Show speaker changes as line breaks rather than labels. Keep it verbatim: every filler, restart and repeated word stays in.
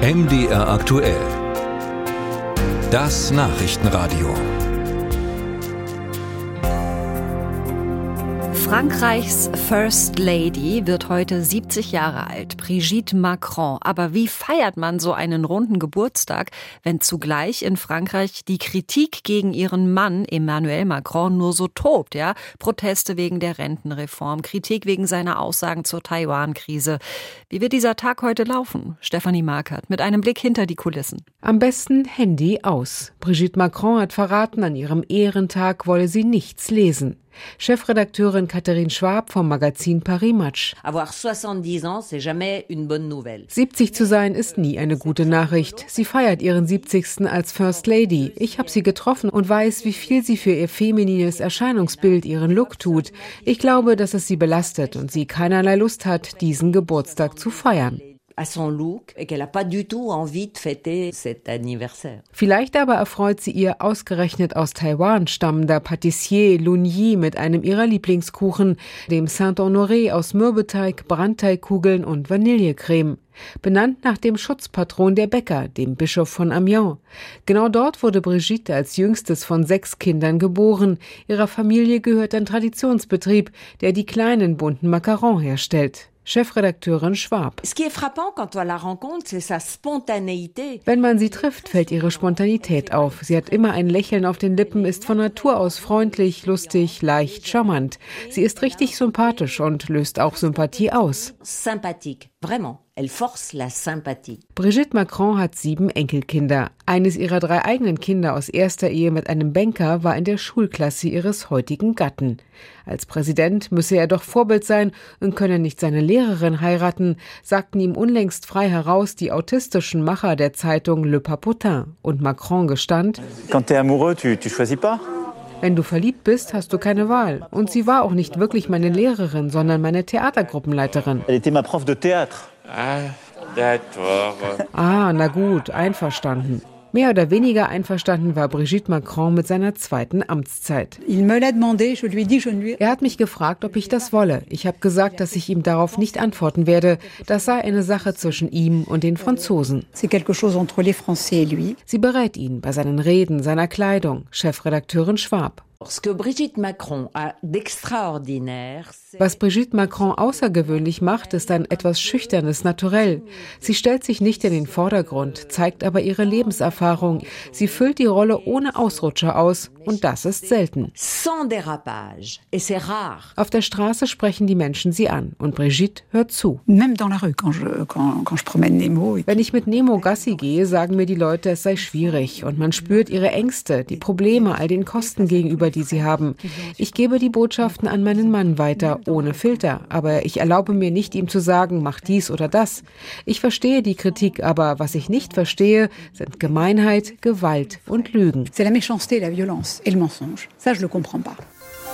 M D R aktuell. Das Nachrichtenradio.
Frankreichs First Lady wird heute siebzig Jahre alt, Brigitte Macron. Aber wie feiert man so einen runden Geburtstag, wenn zugleich in Frankreich die Kritik gegen ihren Mann Emmanuel Macron nur so tobt, ja? Proteste wegen der Rentenreform, Kritik wegen seiner Aussagen zur Taiwan-Krise. Wie wird dieser Tag heute laufen? Stefanie Markert mit einem Blick hinter die Kulissen.
Am besten Handy aus. Brigitte Macron hat verraten, an ihrem Ehrentag wolle sie nichts lesen. Chefredakteurin Catherine Schwab vom Magazin Paris Match. siebzig zu sein ist nie eine gute Nachricht. Sie feiert ihren siebzigsten als First Lady. Ich habe sie getroffen und weiß, wie viel sie für ihr feminines Erscheinungsbild, ihren Look tut. Ich glaube, dass es sie belastet und sie keinerlei Lust hat, diesen Geburtstag zu feiern. Vielleicht aber erfreut sie ihr ausgerechnet aus Taiwan stammender Patissier Lun Yi mit einem ihrer Lieblingskuchen, dem Saint-Honoré aus Mürbeteig, Brandteigkugeln und Vanillecreme. Benannt nach dem Schutzpatron der Bäcker, dem Bischof von Amiens. Genau dort wurde Brigitte als jüngstes von sechs Kindern geboren. Ihrer Familie gehört ein Traditionsbetrieb, der die kleinen bunten Macarons herstellt. Chefredakteurin Schwab. Wenn man sie trifft, fällt ihre Spontanität auf. Sie hat immer ein Lächeln auf den Lippen, ist von Natur aus freundlich, lustig, leicht, charmant. Sie ist richtig sympathisch und löst auch Sympathie aus. Brigitte Macron hat sieben Enkelkinder. Eines ihrer drei eigenen Kinder aus erster Ehe mit einem Banker war in der Schulklasse ihres heutigen Gatten. Als Präsident müsse er doch Vorbild sein und könne nicht seine Lehrerin heiraten, sagten ihm unlängst frei heraus die autistischen Macher der Zeitung Le Papotin. Und Macron gestand:
Quand t'es amoureux, tu, tu choisis pas?
Wenn du verliebt bist, hast du keine Wahl. Und sie war auch nicht wirklich meine Lehrerin, sondern meine Theatergruppenleiterin.
Elle était ma prof de théâtre.
Ah, d'accord. Ah, na gut, einverstanden. Mehr oder weniger einverstanden war Brigitte Macron mit seiner zweiten Amtszeit. Er hat mich gefragt, ob ich das wolle. Ich habe gesagt, dass ich ihm darauf nicht antworten werde. Das sei eine Sache zwischen ihm und den Franzosen. Sie berät ihn bei seinen Reden, seiner Kleidung. Chefredakteurin Schwab. Was Brigitte Macron außergewöhnlich macht, ist ein etwas schüchternes Naturell. Sie stellt sich nicht in den Vordergrund, zeigt aber ihre Lebenserfahrung. Sie füllt die Rolle ohne Ausrutscher aus und das ist selten. Auf der Straße sprechen die Menschen sie an und Brigitte hört zu. Wenn ich mit Nemo Gassi gehe, sagen mir die Leute, es sei schwierig und man spürt ihre Ängste, die Probleme, all den Kosten gegenüber, die sie haben. Ich gebe die Botschaften an meinen Mann weiter, ohne Filter. Aber ich erlaube mir nicht, ihm zu sagen, mach dies oder das. Ich verstehe die Kritik, aber was ich nicht verstehe, sind Gemeinheit, Gewalt und Lügen.
C'est la méchanceté, la violence et le mensonge. Ça, je le comprends pas.